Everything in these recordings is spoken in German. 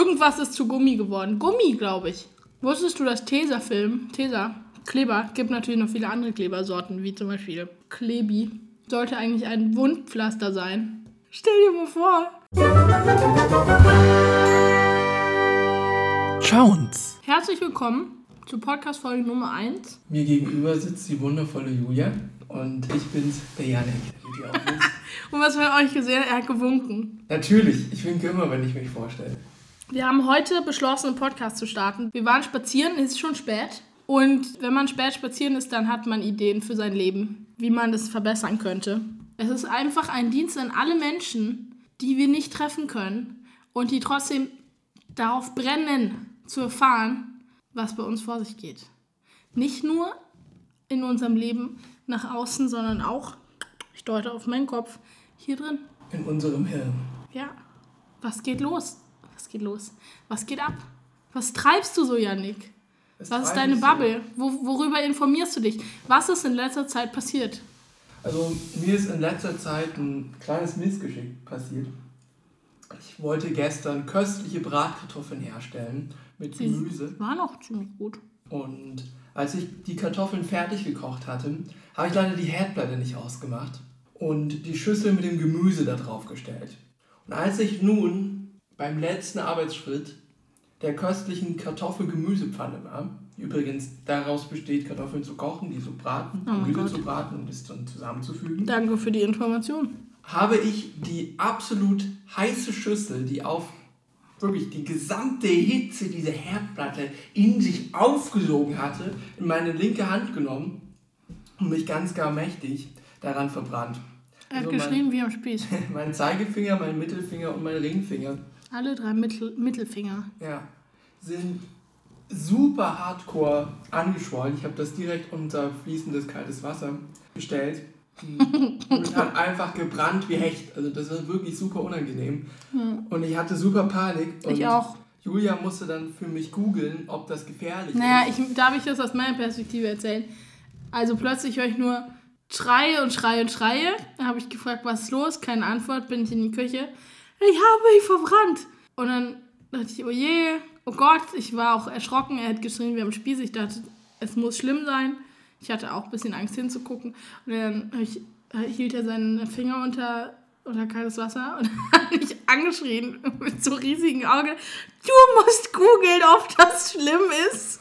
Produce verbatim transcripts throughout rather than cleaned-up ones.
irgendwas ist zu Gummi geworden. Gummi, glaube ich. Wusstest du, dass Tesafilm, Tesa, Kleber, gibt natürlich noch viele andere Klebersorten, wie zum Beispiel Klebi, sollte eigentlich ein Wundpflaster sein. Stell dir mal vor. Schauens. Herzlich willkommen zu Podcast-Folge Nummer eins. Mir gegenüber sitzt die wundervolle Julia und ich bin's, der Janik. Und was wir euch gesehen, er hat gewunken. Natürlich, ich winke immer, wenn ich mich vorstelle. Wir haben heute beschlossen, einen Podcast zu starten. Wir waren spazieren, es ist schon spät. Und wenn man spät spazieren ist, dann hat man Ideen für sein Leben, wie man das verbessern könnte. Es ist einfach ein Dienst an alle Menschen, die wir nicht treffen können und die trotzdem darauf brennen, zu erfahren, was bei uns vor sich geht. Nicht nur in unserem Leben nach außen, sondern auch, ich deute auf meinen Kopf, hier drin. In unserem Hirn. Ja. Was geht los? Was geht los? Was geht ab? Was treibst du so, Yannick? Was, was ist deine Bubble? Wo, worüber informierst du dich? Was ist in letzter Zeit passiert? Also mir ist in letzter Zeit ein kleines Missgeschick passiert. Ich wollte gestern köstliche Bratkartoffeln herstellen mit Sie Gemüse. Waren auch ziemlich gut. Und als ich die Kartoffeln fertig gekocht hatte, habe ich leider die Herdplatte nicht ausgemacht und die Schüssel mit dem Gemüse da drauf gestellt. Und als ich nun beim letzten Arbeitsschritt der köstlichen Kartoffel-Gemüsepfanne war, übrigens daraus besteht, Kartoffeln zu kochen, die zu braten, oh Gemüse Gott. zu braten und es dann zusammenzufügen, Danke für die Information. habe ich die absolut heiße Schüssel, die auf wirklich die gesamte Hitze dieser Herdplatte in sich aufgesogen hatte, in meine linke Hand genommen und mich ganz gar mächtig daran verbrannt. Er hat also geschrieben mein, wie am Spieß. Mein Zeigefinger, mein Mittelfinger und mein Ringfinger. Alle drei Mittel, Mittelfinger. Ja, sind super hardcore angeschwollen. Ich habe das direkt unter fließendes kaltes Wasser gestellt. Und es hat einfach gebrannt wie Hecht. Also das war wirklich super unangenehm. Hm. Und ich hatte super Panik. Und ich auch. Julia musste dann für mich googeln, ob das gefährlich naja, ist. Naja, darf ich das aus meiner Perspektive erzählen? Also plötzlich höre ich nur Schreie und Schreie und Schreie. Da habe ich gefragt, was ist los? Keine Antwort, bin ich in die Küche. Ich habe mich verbrannt. Und dann dachte ich, oh je, oh Gott. Ich war auch erschrocken. Er hat geschrien wie am Spieß. Ich dachte, es muss schlimm sein. Ich hatte auch ein bisschen Angst hinzugucken. Und dann ich, hielt er seinen Finger unter, unter kaltes Wasser und hat mich angeschrien mit so riesigen Augen. Du musst googeln, ob das schlimm ist.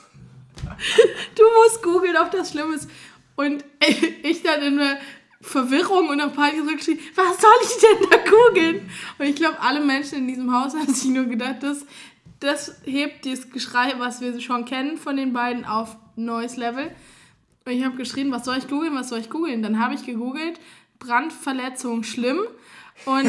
Du musst googeln, ob das schlimm ist. Und ich dann in der Verwirrung und noch Panik zurückgeschrien, was soll ich denn da googeln? Und ich glaube, alle Menschen in diesem Haus haben sich nur gedacht, das, das hebt dieses Geschrei, was wir schon kennen von den beiden, auf ein neues Level. Und ich habe geschrien, was soll ich googeln, was soll ich googeln? Dann habe ich gegoogelt, Brandverletzung schlimm. Und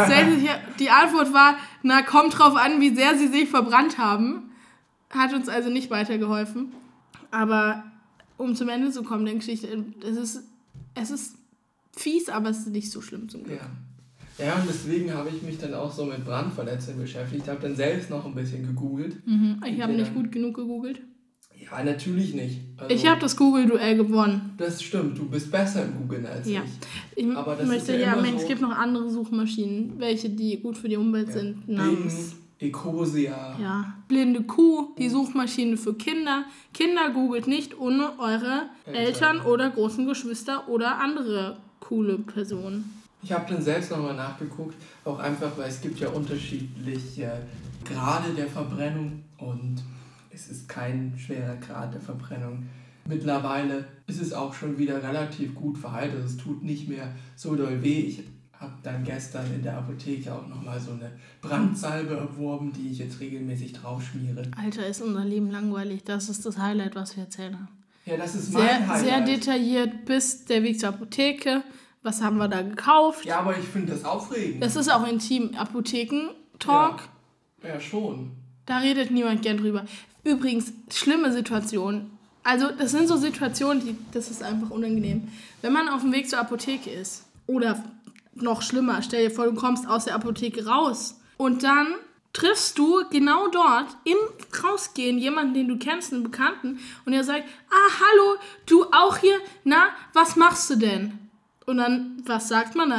die Antwort war, na, kommt drauf an, wie sehr sie sich verbrannt haben. Hat uns also nicht weitergeholfen. Aber um zum Ende zu kommen, der Geschichte, es ist, es ist fies, aber es ist nicht so schlimm zum Glück. Ja. Ja, und deswegen habe ich mich dann auch so mit Brandverletzungen beschäftigt. Ich habe dann selbst noch ein bisschen gegoogelt. Mhm. Ich habe nicht gut genug gegoogelt. Ja, natürlich nicht. Also, ich habe das Google-Duell gewonnen. Das stimmt, du bist besser im Googeln als ja. ich. Ich aber das möchte ist ja, ja, immer Mensch, so, es gibt noch andere Suchmaschinen, welche die gut für die Umwelt ja. sind. Namens Bing, Ecosia. Ja, blinde Kuh, die Suchmaschine für Kinder. Kinder googelt nicht ohne eure Eltern, Eltern oder großen Geschwister oder andere coole Personen. Ich habe dann selbst nochmal nachgeguckt, auch einfach, weil es gibt ja unterschiedliche Grade der Verbrennung und es ist kein schwerer Grad der Verbrennung. Mittlerweile ist es auch schon wieder relativ gut verheilt, also es tut nicht mehr so doll weh. Ich habe dann gestern in der Apotheke auch nochmal so eine Brandsalbe erworben, die ich jetzt regelmäßig drauf schmiere. Alter, ist unser Leben langweilig. Das ist das Highlight, was wir erzählen haben. Ja, das ist mein sehr, Highlight. Sehr detailliert bis der Weg zur Apotheke. Was haben wir da gekauft? Ja, aber ich finde das aufregend. Das ist auch intim. Apotheken-Talk. Ja. ja, schon. Da redet niemand gern drüber. Übrigens, schlimme Situationen. Also, das sind so Situationen, die, das ist einfach unangenehm. Wenn man auf dem Weg zur Apotheke ist, oder noch schlimmer, stell dir vor, du kommst aus der Apotheke raus und dann triffst du genau dort im Rausgehen jemanden, den du kennst, einen Bekannten, und er sagt, ah, hallo, du auch hier? Na, was machst du denn? Und dann, was sagt man dann?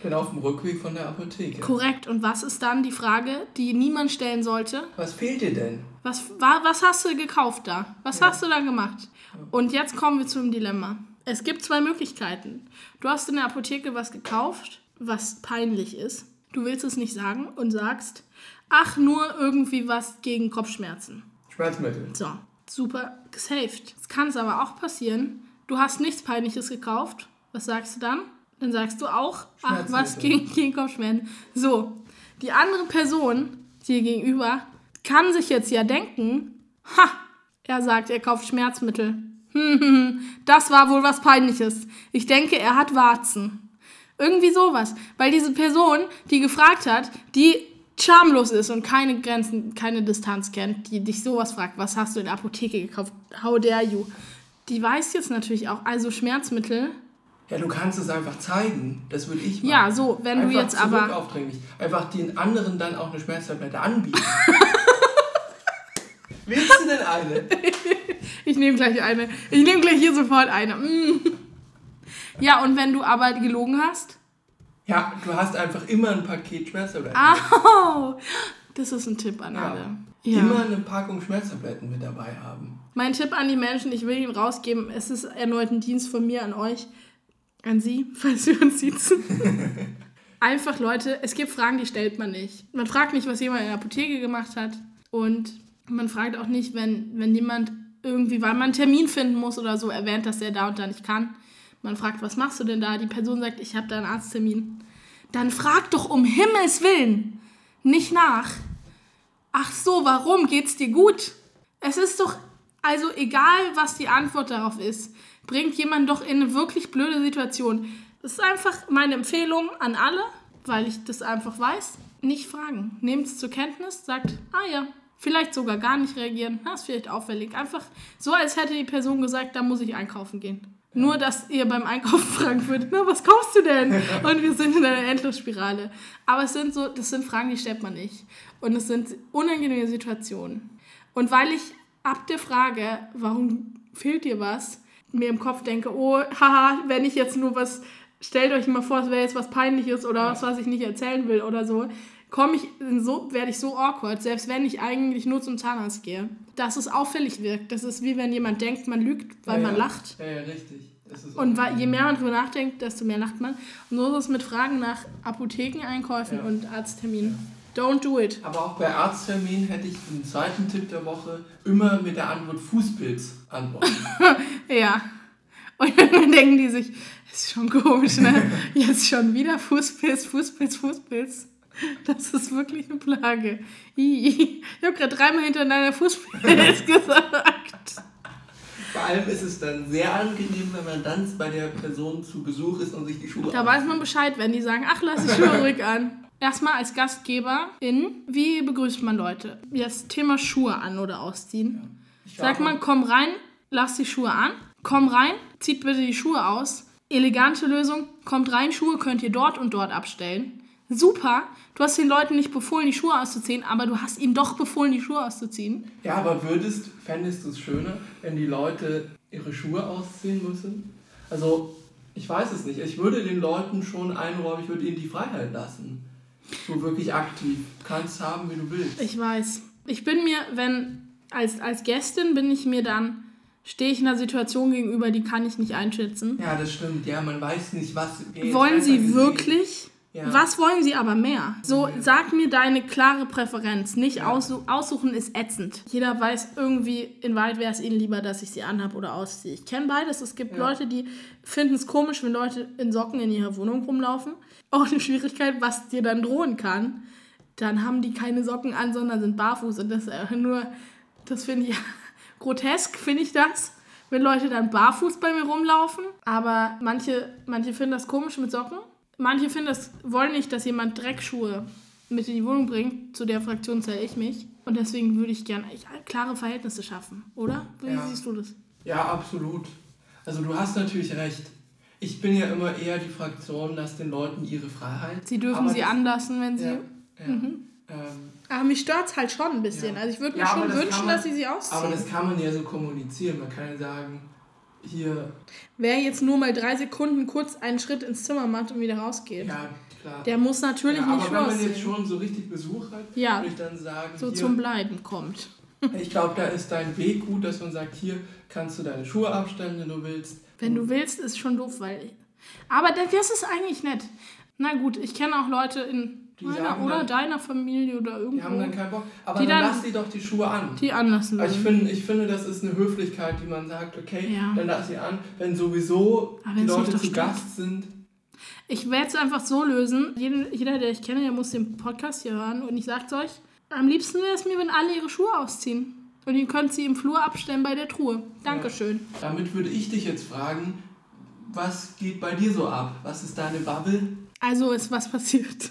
Bin auf dem Rückweg von der Apotheke. Korrekt. Und was ist dann die Frage, die niemand stellen sollte? Was fehlt dir denn? Was, was hast du gekauft da? Was ja. hast du da gemacht? Und jetzt kommen wir zum Dilemma. Es gibt zwei Möglichkeiten. Du hast in der Apotheke was gekauft, was peinlich ist. Du willst es nicht sagen und sagst, ach, nur irgendwie was gegen Kopfschmerzen. Schmerzmittel. So, super gesaved. Es kann es aber auch passieren, du hast nichts Peinliches gekauft. Was sagst du dann? Dann sagst du auch, ach, was gegen, gegen Kopfschmerzen. So, die andere Person, dir gegenüber, kann sich jetzt ja denken, ha, er sagt, er kauft Schmerzmittel. Das war wohl was Peinliches. Ich denke, er hat Warzen. Irgendwie sowas. Weil diese Person, die gefragt hat, die schamlos ist und keine Grenzen, keine Distanz kennt, die dich sowas fragt, was hast du in der Apotheke gekauft? How dare you? Die weiß jetzt natürlich auch, also Schmerzmittel. Ja, du kannst es einfach zeigen. Das würde ich machen. Ja, so, wenn einfach du jetzt aber... aufdringlich. Einfach den anderen dann auch eine Schmerztablette anbieten. Willst du denn eine? Ich nehme gleich eine. Ich nehme gleich hier sofort eine. Mm. Ja, und wenn du aber gelogen hast? Ja, du hast einfach immer ein Paket Schmerztabletten. Au! Das ist ein Tipp an ja. alle. Ja. Immer eine Packung Schmerztabletten mit dabei haben. Mein Tipp an die Menschen, ich will ihn rausgeben, es ist erneut ein Dienst von mir an euch, an Sie, falls wir uns sitzen. Einfach, Leute, es gibt Fragen, die stellt man nicht. Man fragt nicht, was jemand in der Apotheke gemacht hat. Und man fragt auch nicht, wenn, wenn jemand irgendwie, weil man einen Termin finden muss oder so, erwähnt, dass der da und da nicht kann. Man fragt, was machst du denn da? Die Person sagt, ich habe da einen Arzttermin. Dann frag doch um Himmels Willen nicht nach. Ach so, warum? Geht's dir gut? Es ist doch, also egal, was die Antwort darauf ist, bringt jemand doch in eine wirklich blöde Situation. Das ist einfach meine Empfehlung an alle, weil ich das einfach weiß. Nicht fragen. Nehmt es zur Kenntnis, sagt, ah ja, vielleicht sogar gar nicht reagieren. Das ist vielleicht auffällig. Einfach so, als hätte die Person gesagt, da muss ich einkaufen gehen. Ja. Nur, dass ihr beim Einkaufen fragen würdet, na, was kaufst du denn? Und wir sind in einer Endlosspirale. Aber es sind so, das sind Fragen, die stellt man nicht. Und es sind unangenehme Situationen. Und weil ich ab der Frage, warum fehlt dir was, mir im Kopf denke, oh, haha, wenn ich jetzt nur was, stellt euch mal vor, es wäre jetzt was Peinliches oder was, was ich nicht erzählen will oder so, komme ich in so, werde ich so awkward, selbst wenn ich eigentlich nur zum Zahnarzt gehe, dass es auffällig wirkt. Das ist wie wenn jemand denkt, man lügt, weil ja, man ja. lacht. Ja, ja, richtig. Das ist und weil, je mehr man drüber nachdenkt, desto mehr lacht man. Und so ist es mit Fragen nach Apothekeneinkäufen ja. und Arztterminen. Don't do it. Aber auch bei Arztterminen hätte ich den zweiten Tipp der Woche immer mit der Antwort Fußpilz antworten. Ja. Und dann denken die sich, das ist schon komisch, ne? Jetzt schon wieder Fußpilz, Fußpilz, Fußpilz. Das ist wirklich eine Plage. Ich habe gerade dreimal hintereinander Fußpilz gesagt. Vor allem ist es dann sehr angenehm, wenn man dann bei der Person zu Besuch ist und sich die Schuhe Da weiß man Bescheid, wenn die sagen, ach, lass die Schuhe ruhig an. Erstmal als Gastgeberin, wie begrüßt man Leute? Jetzt Thema Schuhe an oder ausziehen. Ja. Sagt man, komm rein, lass die Schuhe an. Komm rein, zieht bitte die Schuhe aus. Elegante Lösung, kommt rein, Schuhe könnt ihr dort und dort abstellen. Super, du hast den Leuten nicht befohlen, die Schuhe auszuziehen, aber du hast ihnen doch befohlen, die Schuhe auszuziehen. Ja, aber würdest, fändest du es schöner, wenn die Leute ihre Schuhe ausziehen müssen? Also, ich weiß es nicht. Ich würde den Leuten schon einräumen, ich würde ihnen die Freiheit lassen. So wirklich aktiv. Du kannst haben, wie du willst. Ich weiß. Ich bin mir, wenn, als, als Gästin bin ich mir dann, stehe ich einer Situation gegenüber, die kann ich nicht einschätzen. Ja, das stimmt. Ja, man weiß nicht, was... Wollen sie wirklich... Ja. Was wollen sie aber mehr? So, sag mir deine klare Präferenz. Nicht ja. aussuchen, aussuchen ist ätzend. Jeder weiß irgendwie, in Wahrheit wäre es ihnen lieber, dass ich sie anhabe oder ausziehe. Ich kenne beides. Es gibt ja. Leute, die finden es komisch, wenn Leute in Socken in ihrer Wohnung rumlaufen. Auch eine Schwierigkeit, was dir dann drohen kann. Dann haben die keine Socken an, sondern sind barfuß. Und das ist nur, das finde ich grotesk, finde ich das. Wenn Leute dann barfuß bei mir rumlaufen. Aber manche, manche finden das komisch mit Socken. Manche finden das, wollen nicht, dass jemand Dreckschuhe mit in die Wohnung bringt. Zu der Fraktion zähle ich mich. Und deswegen würde ich gerne klare Verhältnisse schaffen, oder? Wie ja. siehst du das? Ja, absolut. Also du hast natürlich recht. Ich bin ja immer eher die Fraktion, dass den Leuten ihre Freiheit... Sie dürfen sie das, anlassen, wenn sie... Ja, ja. Mhm. Ähm, aber mich stört es halt schon ein bisschen. Ja. Also ich würde mir ja, schon das wünschen, man, dass sie sie ausziehen. Aber das kann man ja so kommunizieren. Man kann ja sagen... Hier. Wer jetzt nur mal drei Sekunden kurz einen Schritt ins Zimmer macht und wieder rausgeht. Ja, Klar. Der muss natürlich ja, nicht aber wenn man aussehen. jetzt schon so richtig Besuch hat, ja. würde ich dann sagen, so hier, zum Bleiben kommt. Ich glaube, da ist dein Weg gut, dass man sagt, hier kannst du deine Schuhe abstellen, wenn du willst. Wenn du willst, ist schon doof, weil... Aber das ist eigentlich nett. Na gut, ich kenne auch Leute in Die meiner oder dann, deiner Familie oder irgendwo. Die haben dann keinen Bock. Aber die dann, dann lass die doch die Schuhe an. Die anlassen also ich, find, ich finde, das ist eine Höflichkeit, die man sagt, okay, ja. dann lass sie an. Wenn sowieso die Leute zu Gast sind... Ich werde es einfach so lösen. Jeder, jeder, der ich kenne, der muss den Podcast hier hören. Und ich sag's euch, am liebsten wäre es mir, wenn alle ihre Schuhe ausziehen. Und ihr könnt sie im Flur abstellen bei der Truhe. Dankeschön. Ja. Damit würde ich dich jetzt fragen, was geht bei dir so ab? Was ist deine Bubble? Also ist was passiert.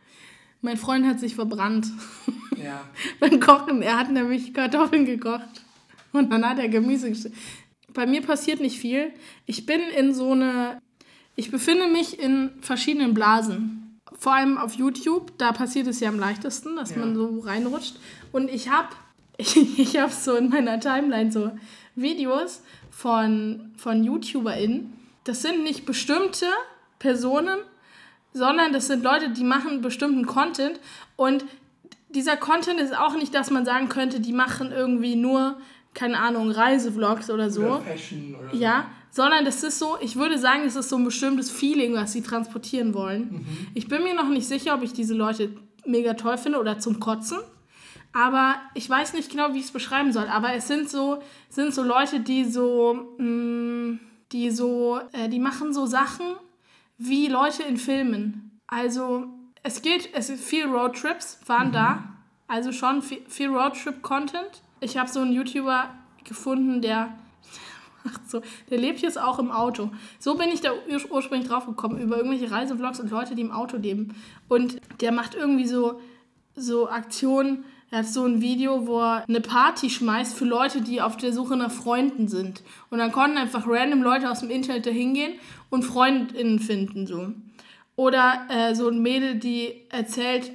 Mein Freund hat sich verbrannt. Ja. Beim Kochen. Er hat nämlich Kartoffeln gekocht. Und dann hat er Gemüse gestellt. Bei mir passiert nicht viel. Ich bin in so eine... Ich befinde mich in verschiedenen Blasen. Vor allem auf YouTube, da passiert es ja am leichtesten, dass ja. man so reinrutscht. Und ich habe ich, ich hab so in meiner Timeline so Videos von, von YouTuberInnen. Das sind nicht bestimmte Personen, sondern das sind Leute, die machen bestimmten Content. Und dieser Content ist auch nicht, dass man sagen könnte, die machen irgendwie nur, keine Ahnung, Reisevlogs oder so. Oder Fashion oder so. Ja, sondern das ist so, ich würde sagen, es ist so ein bestimmtes Feeling, was sie transportieren wollen. Mhm. Ich bin mir noch nicht sicher, ob ich diese Leute mega toll finde oder zum Kotzen. Aber ich weiß nicht genau, wie ich es beschreiben soll. Aber es sind so, sind so Leute, die so, mh, die so, äh, die machen so Sachen wie Leute in Filmen. Also es geht, es ist viel Roadtrips, waren mhm. da. Also schon viel, viel Roadtrip-Content. Ich habe so einen YouTuber gefunden, der macht so, der lebt jetzt auch im Auto. So bin ich da ur- ursprünglich drauf gekommen, über irgendwelche Reisevlogs und Leute, die im Auto leben. Und der macht irgendwie so, so Aktionen. Er hat so ein Video, wo er eine Party schmeißt für Leute, die auf der Suche nach Freunden sind. Und dann konnten einfach random Leute aus dem Internet da hingehen und FreundInnen finden. So. Oder äh, so ein Mädel, die erzählt,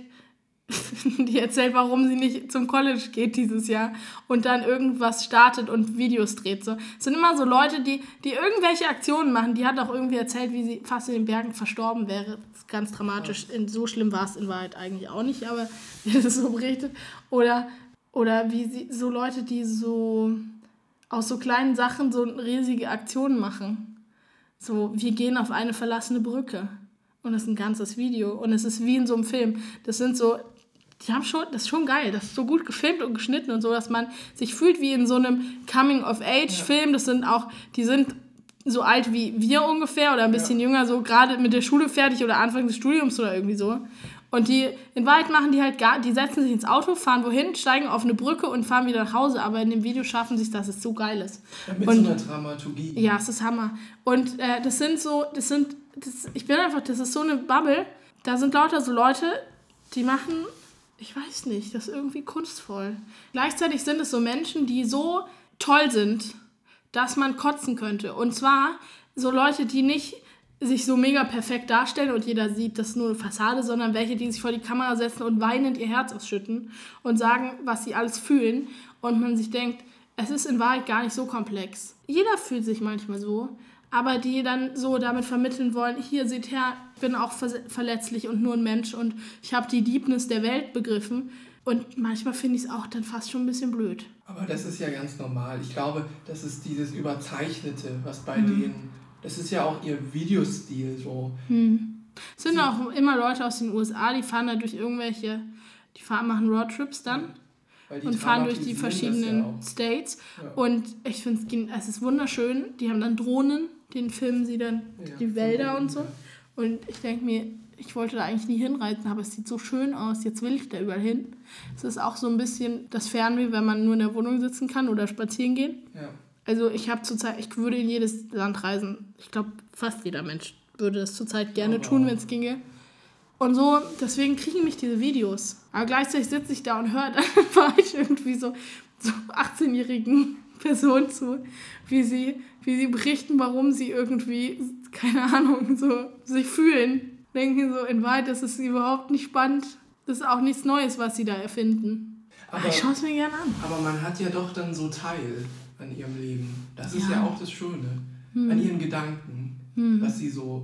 die erzählt, warum sie nicht zum College geht dieses Jahr und dann irgendwas startet und Videos dreht. So. Es sind immer so Leute, die, die irgendwelche Aktionen machen. Die hat auch irgendwie erzählt, wie sie fast in den Bergen verstorben wäre. Das ist ganz dramatisch. In, so schlimm war es in Wahrheit eigentlich auch nicht, aber wie das so berichtet. Oder, oder wie sie, so Leute, die so aus so kleinen Sachen so riesige Aktionen machen. So, wir gehen auf eine verlassene Brücke. Und das ist ein ganzes Video. Und es ist wie in so einem Film. Das sind so... Die haben schon, das ist schon geil, das ist so gut gefilmt und geschnitten und so, dass man sich fühlt wie in so einem Coming-of-Age-Film. Das sind auch, die sind so alt wie wir ungefähr oder ein bisschen ja. jünger, so gerade mit der Schule fertig oder Anfang des Studiums oder irgendwie so. Und die, in Wahrheit machen die halt gar, die setzen sich ins Auto, fahren wohin, steigen auf eine Brücke und fahren wieder nach Hause. Aber in dem Video schaffen sie es, dass es so geil ist. Ja, mit und, so einer Dramaturgie. Ja, es ist Hammer. Und äh, das sind so, das sind, das, ich bin einfach, das ist so eine Bubble. Da sind lauter so Leute, die machen... Ich weiß nicht, das ist irgendwie kunstvoll. Gleichzeitig sind es so Menschen, die so toll sind, dass man kotzen könnte. Und zwar so Leute, die nicht sich so mega perfekt darstellen und jeder sieht, das ist nur eine Fassade, sondern welche, die sich vor die Kamera setzen und weinend ihr Herz ausschütten und sagen, was sie alles fühlen. Und man sich denkt, es ist in Wahrheit gar nicht so komplex. Jeder fühlt sich manchmal so. Aber die dann so damit vermitteln wollen, hier, seht her, ich bin auch ver- verletzlich und nur ein Mensch und ich habe die Deepness der Welt begriffen. Und manchmal finde ich es auch dann fast schon ein bisschen blöd. Aber das ist ja ganz normal. Ich glaube, das ist dieses Überzeichnete, was bei hm. denen, das ist ja auch ihr Videostil so. Hm. Es sind Sie- auch immer Leute aus den U S A, die fahren da durch irgendwelche, die fahren, machen Roadtrips dann. Und fahren durch die verschiedenen ja States. Ja. Und ich finde es ist wunderschön. Die haben dann Drohnen, denen filmen sie dann ja, die Wälder und so. Und ich denke mir, ich wollte da eigentlich nie hinreiten, aber es sieht so schön aus. Jetzt will ich da überall hin. Es ist auch so ein bisschen das Fernweh, wenn man nur in der Wohnung sitzen kann oder spazieren gehen. Ja. Also ich habe zurzeit, ich würde in jedes Land reisen. Ich glaube, fast jeder Mensch würde das zurzeit gerne oh, wow. tun, wenn es ginge. Und so, deswegen kriegen mich diese Videos. Aber gleichzeitig sitze ich da und höre dann war ich irgendwie so, so achtzehnjährigen Personen zu, wie sie, wie sie berichten, warum sie irgendwie, keine Ahnung, so sich fühlen. Denken so, in Wahrheit, das ist überhaupt nicht spannend. Das ist auch nichts Neues, was sie da erfinden. Aber ich schaue es mir gerne an. Aber man hat ja doch dann so Teil an ihrem Leben. Das ist ja, ja auch das Schöne. Hm. An ihren Gedanken, hm. was sie so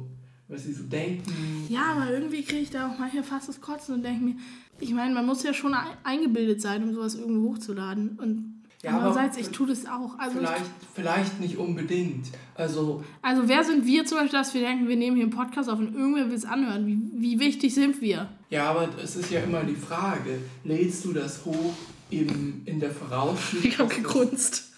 was sie so denken. Ja, aber irgendwie kriege ich da auch manchmal fast das Kotzen und denke mir, ich meine, man muss ja schon eingebildet sein, um sowas irgendwo hochzuladen. Und ja, andererseits, ich tue das auch. Also vielleicht, vielleicht nicht unbedingt. Also, also wer sind wir zum Beispiel, dass wir denken, wir nehmen hier einen Podcast auf und irgendwer will es anhören? Wie, wie wichtig sind wir? Ja, aber es ist ja immer die Frage, lädst du das hoch in, in der Voraussicht? Ich habe gegrunzt.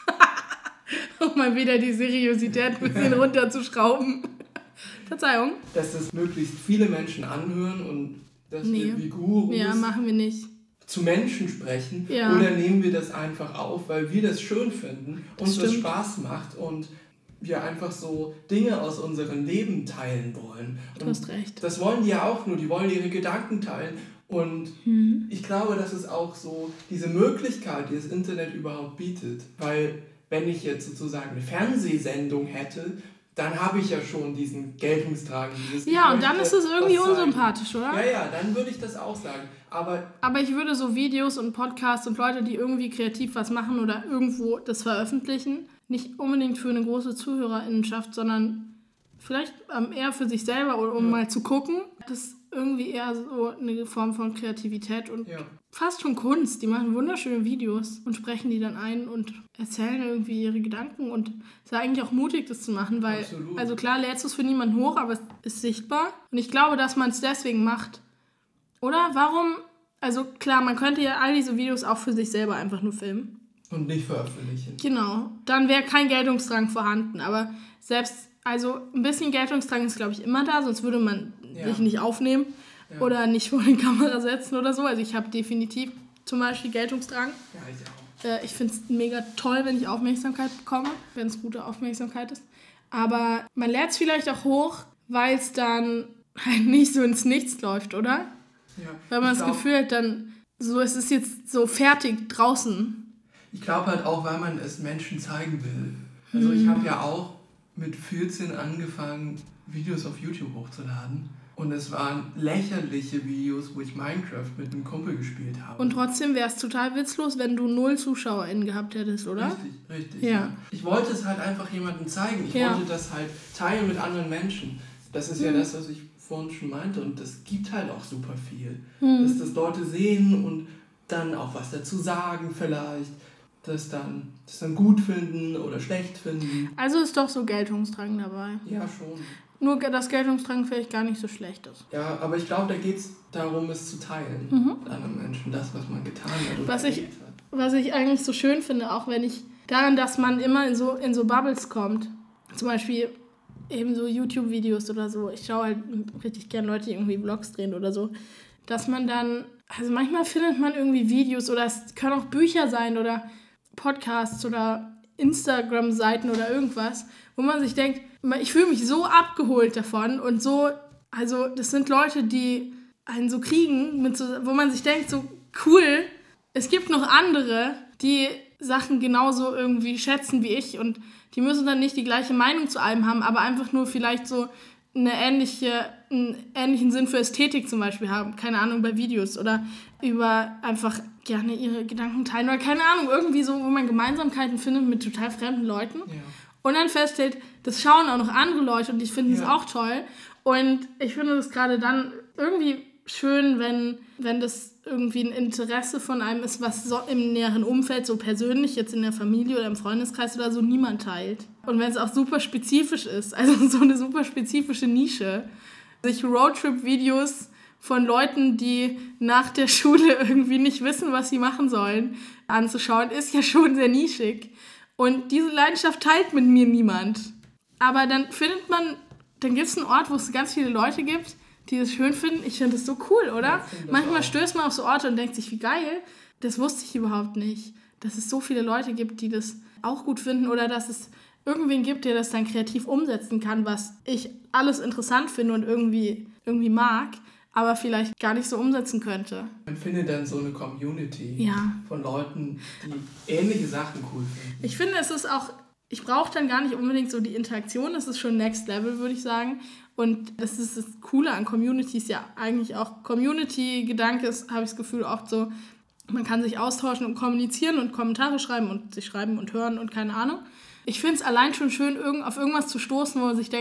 Um mal wieder die Seriosität ein bisschen runterzuschrauben. Verzeihung. Dass das möglichst viele Menschen anhören und dass nee. wir wie Gurus ja, machen wir nicht. zu Menschen sprechen. Ja. Oder nehmen wir das einfach auf, weil wir das schön finden, uns das, das Spaß macht und wir einfach so Dinge aus unserem Leben teilen wollen. Du und hast recht. Das wollen die ja auch nur, die wollen ihre Gedanken teilen. Und hm. ich glaube, das ist auch so diese Möglichkeit, die das Internet überhaupt bietet. Weil wenn ich jetzt sozusagen eine Fernsehsendung hätte, dann habe ich ja schon diesen Geltungsdrang. Dieses ja, und dann ist es irgendwie unsympathisch, oder? Ja, ja, dann würde ich das auch sagen. Aber, Aber ich würde so Videos und Podcasts und Leute, die irgendwie kreativ was machen oder irgendwo das veröffentlichen, nicht unbedingt für eine große Zuhörerinnenschaft, sondern vielleicht ähm, eher für sich selber, um ja. mal zu gucken. Das ist irgendwie eher so eine Form von Kreativität und ja. fast schon Kunst. Die machen wunderschöne Videos und sprechen die dann ein und erzählen irgendwie ihre Gedanken und es ist eigentlich auch mutig, das zu machen, weil, Absolut. also klar lädst du es für niemanden hoch, aber es ist sichtbar und ich glaube, dass man es deswegen macht. Oder? Warum? Also klar, man könnte ja all diese Videos auch für sich selber einfach nur filmen. Und nicht veröffentlichen. Genau. Dann wäre kein Geltungsdrang vorhanden, aber selbst, also ein bisschen Geltungsdrang ist, glaube ich, immer da, sonst würde man ja. sich nicht aufnehmen ja. oder nicht vor die Kamera setzen oder so. Also ich habe definitiv zum Beispiel Geltungsdrang. Ja, ich auch. Ich finde es mega toll, wenn ich Aufmerksamkeit bekomme, wenn es gute Aufmerksamkeit ist. Aber man lädt es vielleicht auch hoch, weil es dann halt nicht so ins Nichts läuft, oder? Ja, weil man das glaub, Gefühl hat, dann so, es ist jetzt so fertig draußen. Ich glaube halt auch, weil man es Menschen zeigen will. Also hm. ich habe ja auch mit vierzehn angefangen, Videos auf YouTube hochzuladen. Und es waren lächerliche Videos, wo ich Minecraft mit einem Kumpel gespielt habe. Und trotzdem wäre es total witzlos, wenn du null ZuschauerInnen gehabt hättest, oder? Richtig, richtig. Ja. Ja. Ich wollte es halt einfach jemandem zeigen. Ich ja. wollte das halt teilen mit anderen Menschen. Das ist mhm. ja das, was ich vorhin schon meinte. Und das gibt halt auch super viel. Mhm. Dass das Leute sehen und dann auch was dazu sagen vielleicht. Das dann, das dann gut finden oder schlecht finden. Also ist doch so Geltungsdrang dabei. Ja, schon. Nur, dass Geltungsdrang vielleicht gar nicht so schlecht ist. Ja, aber ich glaube, da geht es darum, es zu teilen mhm. mit anderen Menschen, das, was man getan hat oder was ich, hat. Was ich eigentlich so schön finde, auch wenn ich daran, dass man immer in so, in so Bubbles kommt, zum Beispiel eben so YouTube-Videos oder so, ich schaue halt richtig gern Leute, die irgendwie Vlogs drehen oder so, dass man dann, also manchmal findet man irgendwie Videos oder es können auch Bücher sein oder Podcasts oder Instagram-Seiten oder irgendwas, wo man sich denkt, ich fühle mich so abgeholt davon und so, also das sind Leute, die einen so kriegen, mit so, wo man sich denkt, so cool, es gibt noch andere, die Sachen genauso irgendwie schätzen wie ich und die müssen dann nicht die gleiche Meinung zu allem haben, aber einfach nur vielleicht so eine ähnliche, einen ähnlichen Sinn für Ästhetik zum Beispiel haben, keine Ahnung, bei Videos oder über einfach gerne ihre Gedanken teilen oder keine Ahnung, irgendwie so, wo man Gemeinsamkeiten findet mit total fremden Leuten. Ja. Und dann feststellt, das schauen auch noch andere Leute und die finden es ja. auch toll. Und ich finde das gerade dann irgendwie schön, wenn, wenn das irgendwie ein Interesse von einem ist, was so im näheren Umfeld, so persönlich, jetzt in der Familie oder im Freundeskreis oder so, niemand teilt. Und wenn es auch super spezifisch ist, also so eine super spezifische Nische, sich Roadtrip-Videos von Leuten, die nach der Schule irgendwie nicht wissen, was sie machen sollen, anzuschauen, ist ja schon sehr nischig. Und diese Leidenschaft teilt mit mir niemand. Aber dann findet man, dann gibt es einen Ort, wo es ganz viele Leute gibt, die das schön finden. Ich finde das so cool, oder? Ja, manchmal stößt man auf so Orte und denkt sich, wie geil, das wusste ich überhaupt nicht. Dass es so viele Leute gibt, die das auch gut finden oder dass es irgendwen gibt, der das dann kreativ umsetzen kann, was ich alles interessant finde und irgendwie, irgendwie mag, aber vielleicht gar nicht so umsetzen könnte. Man findet dann so eine Community ja. von Leuten, die ähnliche Sachen cool finden. Ich finde, es ist auch, ich brauche dann gar nicht unbedingt so die Interaktion, das ist schon Next Level, würde ich sagen. Und das ist das Coole an Communities, ja eigentlich auch Community-Gedanke ist, habe ich das Gefühl, oft so, man kann sich austauschen und kommunizieren und Kommentare schreiben und sich schreiben und hören und keine Ahnung. Ich finde es allein schon schön, irgend, auf irgendwas zu stoßen, wo man sich denkt,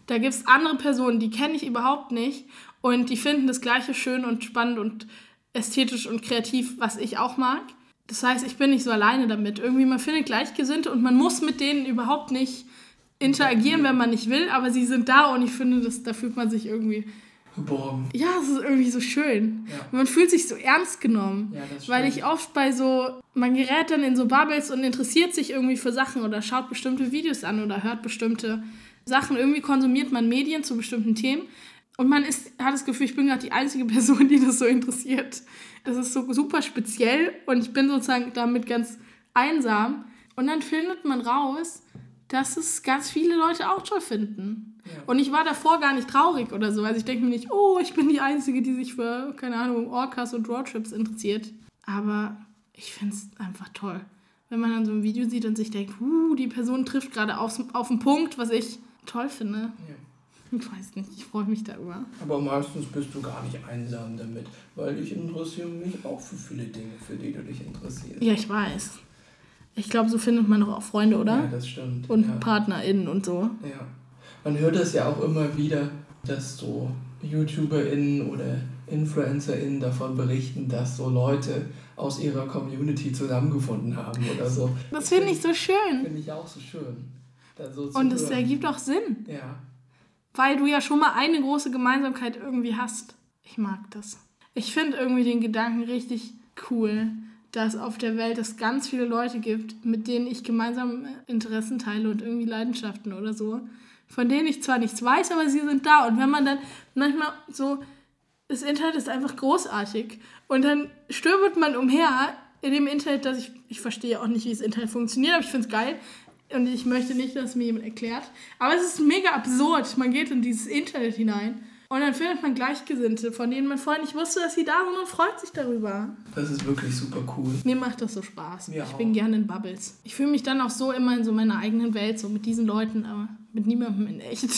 Da gibt es andere Personen, die kenne ich überhaupt nicht und die finden das Gleiche schön und spannend und ästhetisch und kreativ, was ich auch mag. Das heißt, ich bin nicht so alleine damit. Irgendwie, man findet Gleichgesinnte und man muss mit denen überhaupt nicht interagieren, wenn man nicht will, aber sie sind da und ich finde, das, da fühlt man sich irgendwie geborgen. Ja, es ist irgendwie so schön. Ja. Man fühlt sich so ernst genommen. Ja, das weil stimmt. ich oft bei so, man gerät dann in so Bubbles und interessiert sich irgendwie für Sachen oder schaut bestimmte Videos an oder hört bestimmte Sachen. Irgendwie konsumiert man Medien zu bestimmten Themen und man ist, hat das Gefühl, ich bin gerade die einzige Person, die das so interessiert. Das ist so super speziell und ich bin sozusagen damit ganz einsam. Und dann findet man raus, dass es ganz viele Leute auch toll finden. Ja. Und ich war davor gar nicht traurig oder so. Also ich denke mir nicht, oh, ich bin die Einzige, die sich für, keine Ahnung, Orcas und Roadtrips interessiert. Aber ich finde es einfach toll. Wenn man dann so ein Video sieht und sich denkt, uh, die Person trifft gerade auf, auf den Punkt, was ich toll finde. Ja. Ich weiß nicht, ich freue mich darüber. Aber meistens bist du gar nicht einsam damit, weil ich interessiere mich auch für viele Dinge, für die du dich interessierst. Ja, ich weiß. Ich glaube, so findet man doch auch Freunde, oder? Ja, das stimmt. Und ja. PartnerInnen und so. Ja. Man hört das ja auch immer wieder, dass so YouTuberInnen oder InfluencerInnen davon berichten, dass so Leute aus ihrer Community zusammengefunden haben oder so. Das finde ich so schön. Finde ich auch so schön. Da so zu und es hören. ergibt auch Sinn. Ja. Weil du ja schon mal eine große Gemeinsamkeit irgendwie hast. Ich mag das. Ich finde irgendwie den Gedanken richtig cool, dass auf der Welt es ganz viele Leute gibt, mit denen ich gemeinsam Interessen teile und irgendwie Leidenschaften oder so, von denen ich zwar nichts weiß, aber sie sind da. Und wenn man dann manchmal so, das Internet ist einfach großartig und dann stöbert man umher in dem Internet, dass ich, ich verstehe auch nicht, wie das Internet funktioniert, aber ich finde es geil und ich möchte nicht, dass es mir jemand erklärt. Aber es ist mega absurd. Man geht in dieses Internet hinein und dann findet man Gleichgesinnte, von denen man vorher nicht wusste, dass sie da sind und freut sich darüber. Das ist wirklich super cool. Mir macht das so Spaß. Mir ich auch. bin gerne in Bubbles. Ich fühle mich dann auch so immer in so meiner eigenen Welt, so mit diesen Leuten, aber mit niemandem in echt.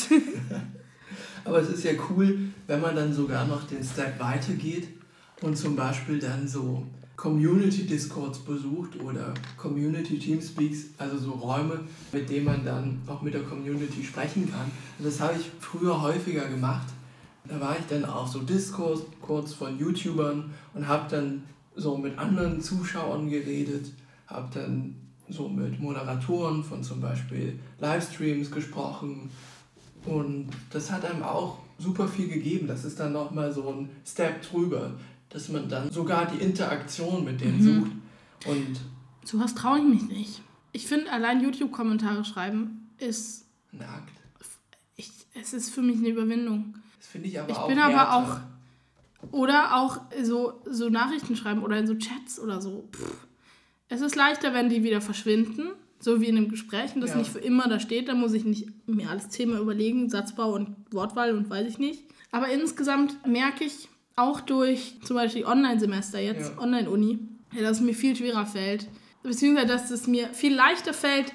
Aber es ist ja cool, wenn man dann sogar noch den Step weitergeht und zum Beispiel dann so Community-Discords besucht oder Community-Teamspeaks, also so Räume, mit denen man dann auch mit der Community sprechen kann. Und das habe ich früher häufiger gemacht. Da war ich dann auf so Discords von YouTubern und habe dann so mit anderen Zuschauern geredet, habe dann so mit Moderatoren von zum Beispiel Livestreams gesprochen und das hat einem auch super viel gegeben. Das ist dann nochmal so ein Step drüber, dass man dann sogar die Interaktion mit denen mhm. sucht. Und so was traue ich mich nicht. Ich finde, allein YouTube-Kommentare schreiben ist... Nackt. Ich, es ist für mich eine Überwindung. Das finde ich aber ich auch bin härter. aber auch... Oder auch so, so Nachrichten schreiben oder in so Chats oder so. Pff. Es ist leichter, wenn die wieder verschwinden, so wie in einem Gespräch und das ja. nicht für immer da steht. Da muss ich nicht mir alles Thema überlegen, Satzbau und Wortwahl und weiß ich nicht. Aber insgesamt merke ich auch durch zum Beispiel Online-Semester jetzt, ja. Online-Uni, dass es mir viel schwerer fällt. Beziehungsweise, dass es mir viel leichter fällt,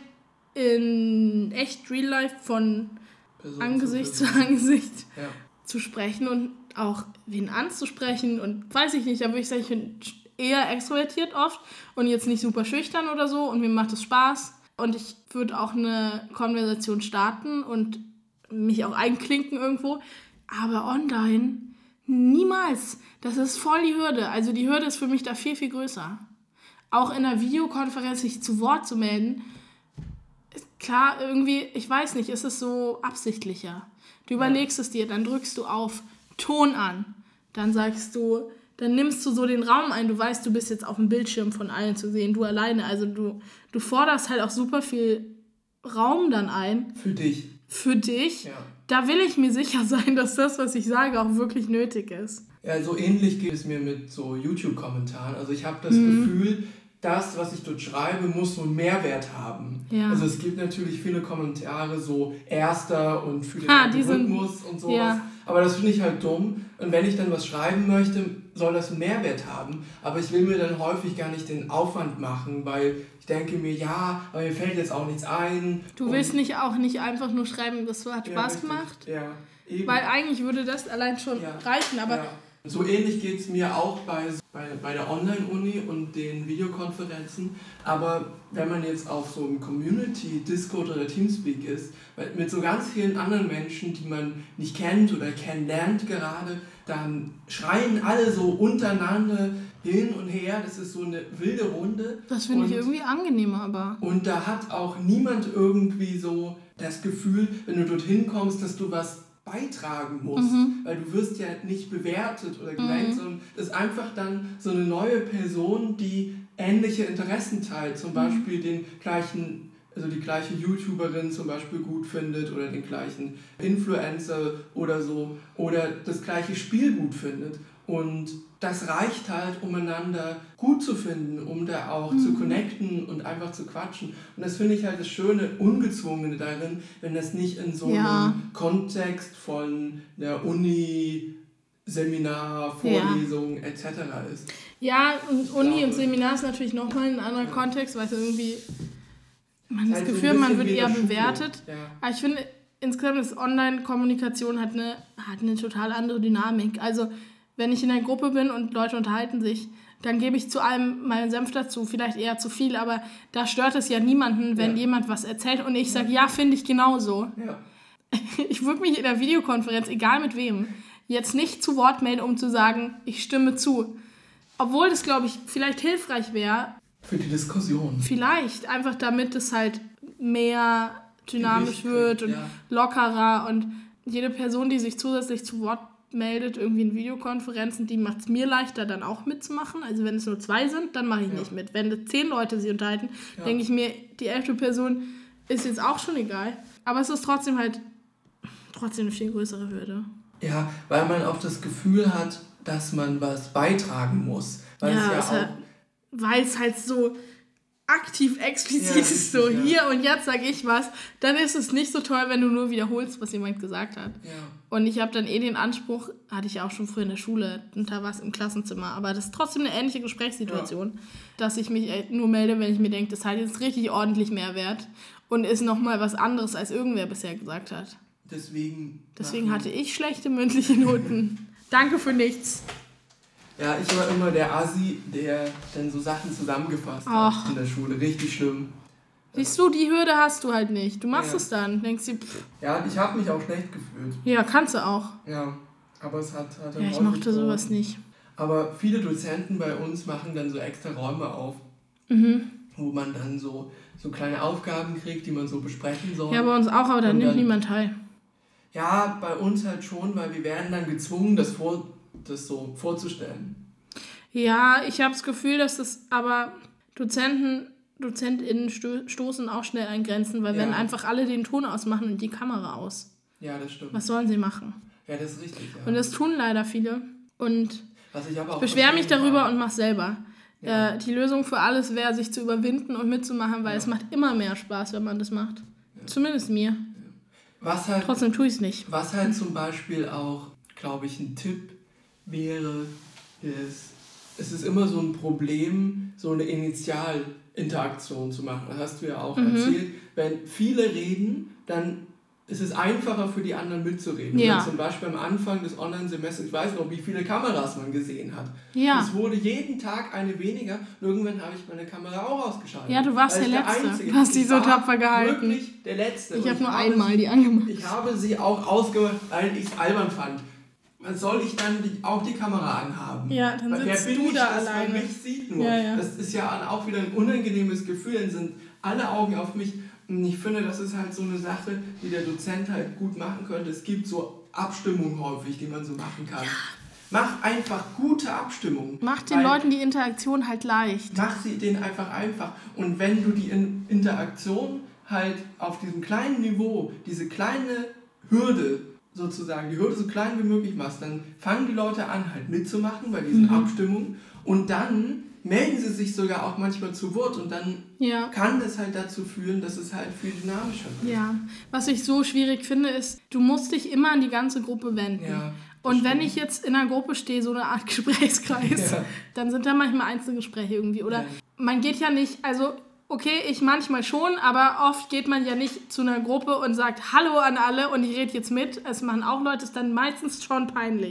in echt Real Life von Person Angesicht zu, zu Angesicht ja. zu sprechen und auch wen anzusprechen und weiß ich nicht, da würde ich sagen, ich bin eher extrovertiert oft und jetzt nicht super schüchtern oder so und mir macht es Spaß und ich würde auch eine Konversation starten und mich auch einklinken irgendwo, aber online niemals. Das ist voll die Hürde. Also die Hürde ist für mich da viel, viel größer. Auch in einer Videokonferenz sich zu Wort zu melden, klar, irgendwie, ich weiß nicht, ist es so absichtlicher. Du überlegst es dir, dann drückst du auf Ton an, dann sagst du, dann nimmst du so den Raum ein, du weißt, du bist jetzt auf dem Bildschirm von allen zu sehen, du alleine, also du, du forderst halt auch super viel Raum dann ein. Für dich. Für dich. Ja. Da will ich mir sicher sein, dass das, was ich sage, auch wirklich nötig ist. Ja, so ähnlich geht es mir mit so YouTube-Kommentaren. Also ich habe das mhm. Gefühl, das, was ich dort schreibe, muss so einen Mehrwert haben. Ja. Also es gibt natürlich viele Kommentare, so Erster und für den ha, Algorithmus und sowas. Ja. Aber das finde ich halt dumm. Und wenn ich dann was schreiben möchte, soll das einen Mehrwert haben. Aber ich will mir dann häufig gar nicht den Aufwand machen, weil ich denke mir, ja, aber mir fällt jetzt auch nichts ein. Du willst nicht auch nicht einfach nur schreiben, das hat Spaß ja, gemacht? Ja, eben. Weil eigentlich würde das allein schon ja. reichen. Aber ja. So ähnlich geht es mir auch bei, bei, bei der Online-Uni und den Videokonferenzen. Aber wenn man jetzt auf so einem Community, Discord oder Teamspeak ist, mit so ganz vielen anderen Menschen, die man nicht kennt oder kennenlernt gerade, dann schreien alle so untereinander hin und her. Das ist so eine wilde Runde. Das finde ich irgendwie angenehmer, aber... Und da hat auch niemand irgendwie so das Gefühl, wenn du dorthin kommst, dass du was beitragen musst, mhm. weil du wirst ja nicht bewertet oder gerankt, mhm. sondern es ist einfach dann so eine neue Person, die ähnliche Interessen teilt, zum Beispiel mhm. den gleichen, also die gleiche YouTuberin zum Beispiel gut findet oder den gleichen Influencer oder so oder das gleiche Spiel gut findet. Und das reicht halt, um einander gut zu finden, um da auch mhm. zu connecten und einfach zu quatschen. Und das finde ich halt das Schöne, Ungezwungene darin, wenn das nicht in so ja. einem Kontext von der Uni, Seminar, Vorlesung ja. et cetera ist. Ja, und Uni glaube, und Seminar ist natürlich nochmal ein anderer ja. Kontext, weil es irgendwie, man das, das Gefühl, so man wird eher bewertet. Ja. Aber ich finde, insgesamt ist Online-Kommunikation hat eine, hat eine total andere Dynamik. Also wenn ich in einer Gruppe bin und Leute unterhalten sich, dann gebe ich zu allem meinen Senf dazu, vielleicht eher zu viel, aber da stört es ja niemanden, wenn ja. jemand was erzählt und ich sage, ja, finde ich genauso. Ja. Ich würde mich in der Videokonferenz, egal mit wem, jetzt nicht zu Wort melden, um zu sagen, ich stimme zu. Obwohl das, glaube ich, vielleicht hilfreich wäre. Für die Diskussion. Vielleicht, einfach damit es halt mehr dynamisch wird und ja. lockerer und jede Person, die sich zusätzlich zu Wort meldet, irgendwie in Videokonferenzen, die macht es mir leichter, dann auch mitzumachen. Also wenn es nur zwei sind, dann mache ich ja. nicht mit. Wenn zehn Leute sich unterhalten, ja. denke ich mir, die elfte Person ist jetzt auch schon egal. Aber es ist trotzdem halt trotzdem eine viel größere Hürde. Ja, weil man auch das Gefühl hat, dass man was beitragen muss. Weil ja, es ja auch... Weil es halt so aktiv, explizit ja, ist, so ja. hier und jetzt sage ich was, dann ist es nicht so toll, wenn du nur wiederholst, was jemand gesagt hat. Ja. Und ich habe dann eh den Anspruch, hatte ich auch schon früher in der Schule, und da war es im Klassenzimmer, aber das ist trotzdem eine ähnliche Gesprächssituation, ja. dass ich mich nur melde, wenn ich mir denke, das hat jetzt richtig ordentlich Mehrwert und ist nochmal was anderes, als irgendwer bisher gesagt hat. Deswegen, Deswegen hatte ich schlechte mündliche Noten. Danke für nichts. Ja, ich war immer der Assi, der dann so Sachen zusammengefasst Ach. hat in der Schule. Richtig schlimm. Siehst du, die Hürde hast du halt nicht. Du machst ja. es dann. Denkst du, pff. Ja, ich habe mich auch schlecht gefühlt. Ja, kannst du auch. Ja, aber es hat... hat ja, ich mochte sowas nicht. Aber viele Dozenten bei uns machen dann so extra Räume auf, mhm. wo man dann so, so kleine Aufgaben kriegt, die man so besprechen soll. Ja, bei uns auch, aber da nimmt dann, niemand teil. Ja, bei uns halt schon, weil wir werden dann gezwungen, das, vor, das so vorzustellen. Ja, ich habe das Gefühl, dass das aber Dozenten, DozentInnen sto- stoßen auch schnell an Grenzen, weil ja. wenn einfach alle den Ton ausmachen und die Kamera aus. Ja, das stimmt. Was sollen sie machen? Ja, das ist richtig, ja. Und das tun leider viele. Und Was ich, aber auch ich beschwere mich darüber kann. und mache selber. Ja. Äh, die Lösung für alles wäre, sich zu überwinden und mitzumachen, weil ja. es macht immer mehr Spaß, wenn man das macht. Ja. Zumindest mir. Was halt, Trotzdem tue ich es nicht. Was halt zum Beispiel auch, glaube ich, ein Tipp wäre, ist, es ist immer so ein Problem, so eine Initialinteraktion zu machen. Das hast du ja auch mhm. erzählt. Wenn viele reden, dann ist es einfacher für die anderen mitzureden. Ja. Zum Beispiel am Anfang des Online-Semesters, ich weiß noch, wie viele Kameras man gesehen hat. Ja. Es wurde jeden Tag eine weniger und irgendwann habe ich meine Kamera auch ausgeschaltet. Ja, du warst der Letzte. Du hast die so tapfer gehalten. Wirklich der Letzte. Ich habe nur einmal sie, die angemacht. Ich habe sie auch ausgemacht, weil ich es albern fand. Was soll ich dann die, auch die Kamera anhaben? Ja, dann weil sitzt wer bin du ich, da dass alleine. Man mich sieht nur. Ja, ja. Das ist ja auch wieder ein unangenehmes Gefühl. Dann sind alle Augen auf mich. Und ich finde, das ist halt so eine Sache, die der Dozent halt gut machen könnte. Es gibt so Abstimmungen häufig, die man so machen kann. Ja. Mach einfach gute Abstimmungen. Mach den Leuten die Interaktion halt leicht. Mach sie denen einfach einfach. Und wenn du die Interaktion halt auf diesem kleinen Niveau, diese kleine Hürde sozusagen, die Hürde so klein wie möglich machst, dann fangen die Leute an halt mitzumachen bei diesen mhm. Abstimmungen und dann melden sie sich sogar auch manchmal zu Wort und dann ja. kann das halt dazu führen, dass es halt viel dynamischer wird. Ja, was ich so schwierig finde, ist, du musst dich immer an die ganze Gruppe wenden. Ja, und stimmt. wenn ich jetzt in einer Gruppe stehe, so eine Art Gesprächskreis, ja. dann sind da manchmal Einzelgespräche irgendwie. Oder ja. man geht ja nicht, also okay, ich manchmal schon, aber oft geht man ja nicht zu einer Gruppe und sagt Hallo an alle und ich rede jetzt mit. Es machen auch Leute, ist dann meistens schon peinlich.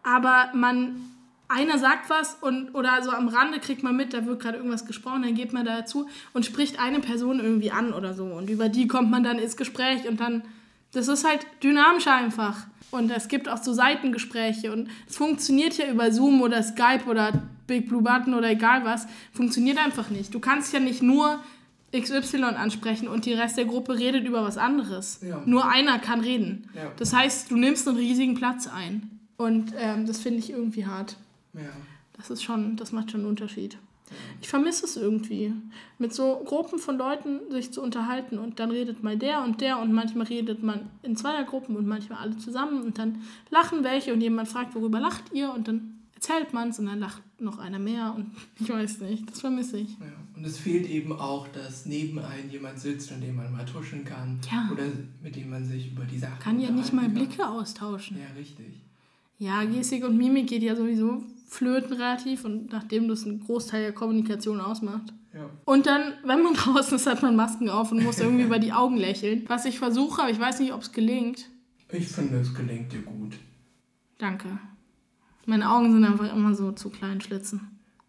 aber man, einer sagt was und oder so am Rande kriegt man mit, da wird gerade irgendwas gesprochen, dann geht man da dazu und spricht eine Person irgendwie an oder so und über die kommt man dann ins Gespräch und dann, das ist halt dynamisch einfach und es gibt auch so Seitengespräche und es funktioniert ja über Zoom oder Skype oder Big Blue Button oder egal was, funktioniert einfach nicht. Du kannst ja nicht nur X Y ansprechen und die Rest der Gruppe redet über was anderes. Ja. Nur einer kann reden. Ja. Das heißt, du nimmst einen riesigen Platz ein. Und ähm, das finde ich irgendwie hart. Ja. Das ist schon, das macht schon einen Unterschied. Ja. Ich vermisse es irgendwie, mit so Gruppen von Leuten sich zu unterhalten und dann redet mal der und der und manchmal redet man in Zweiergruppen und manchmal alle zusammen und dann lachen welche und jemand fragt, worüber lacht ihr und dann erzählt man es und dann lacht noch einer mehr und ich weiß nicht, das vermisse ich. Ja. Und es fehlt eben auch, dass neben einem jemand sitzt, an dem man mal tuschen kann ja. oder mit dem man sich über die Sachen kann ja nicht mal Blicke kann. austauschen. Ja, richtig. Ja, Gestik und Mimik geht ja sowieso flöten relativ und nachdem das einen Großteil der Kommunikation ausmacht. Ja. Und dann, wenn man draußen ist, hat man Masken auf und muss irgendwie über die Augen lächeln. Was ich versuche, aber ich weiß nicht, ob es gelingt. Ich finde, es gelingt dir gut. Danke. Meine Augen sind einfach immer so zu kleinen Schlitzen.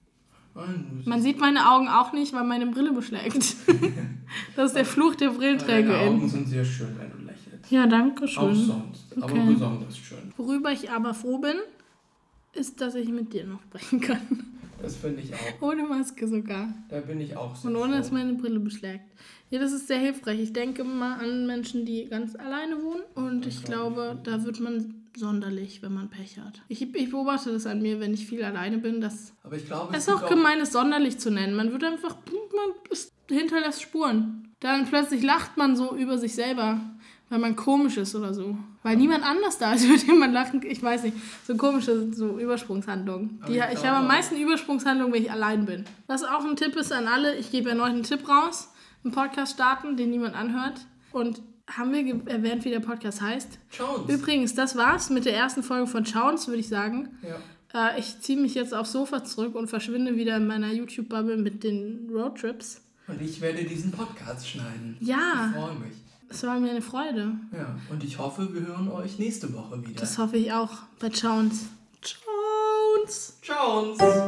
Man sieht meine Augen auch nicht, weil meine Brille beschlägt. Das ist der Fluch der Brillenträger. Deine Augen sind sehr schön, wenn du lächelst. Ja, danke schön. Auch sonst, okay. aber besonders schön. Worüber ich aber froh bin, ist, dass ich mit dir noch sprechen kann. Das finde ich auch. Ohne Maske sogar. Da bin ich auch sehr Und ohne, froh. dass meine Brille beschlägt. Ja, das ist sehr hilfreich. Ich denke mal an Menschen, die ganz alleine wohnen. Und ich glaube, da wird man sonderlich, wenn man Pech hat. Ich, ich beobachte das an mir, wenn ich viel alleine bin. Dass Aber ich glaube, es ist auch gemein, es sonderlich zu nennen. Man wird einfach, man ist, hinterlässt Spuren. Dann plötzlich lacht man so über sich selber, weil man komisch ist oder so. Weil niemand anders da ist, mit dem man lachen. Ich weiß nicht, so komische so Übersprungshandlungen. Die, ich, ich habe am meisten Übersprungshandlungen, wenn ich allein bin. Was auch ein Tipp ist an alle, ich gebe erneut einen Tipp raus, einen Podcast starten, den niemand anhört. Und haben wir ge- erwähnt, wie der Podcast heißt? Jones. Übrigens, das war's mit der ersten Folge von Jones, würde ich sagen. Ja. Äh, ich ziehe mich jetzt aufs Sofa zurück und verschwinde wieder in meiner YouTube-Bubble mit den Roadtrips. Und ich werde diesen Podcast schneiden. Ja. Ich freue mich. Es war mir eine Freude. Ja, und ich hoffe, wir hören euch nächste Woche wieder. Das hoffe ich auch bei Jones. Jones. Jones.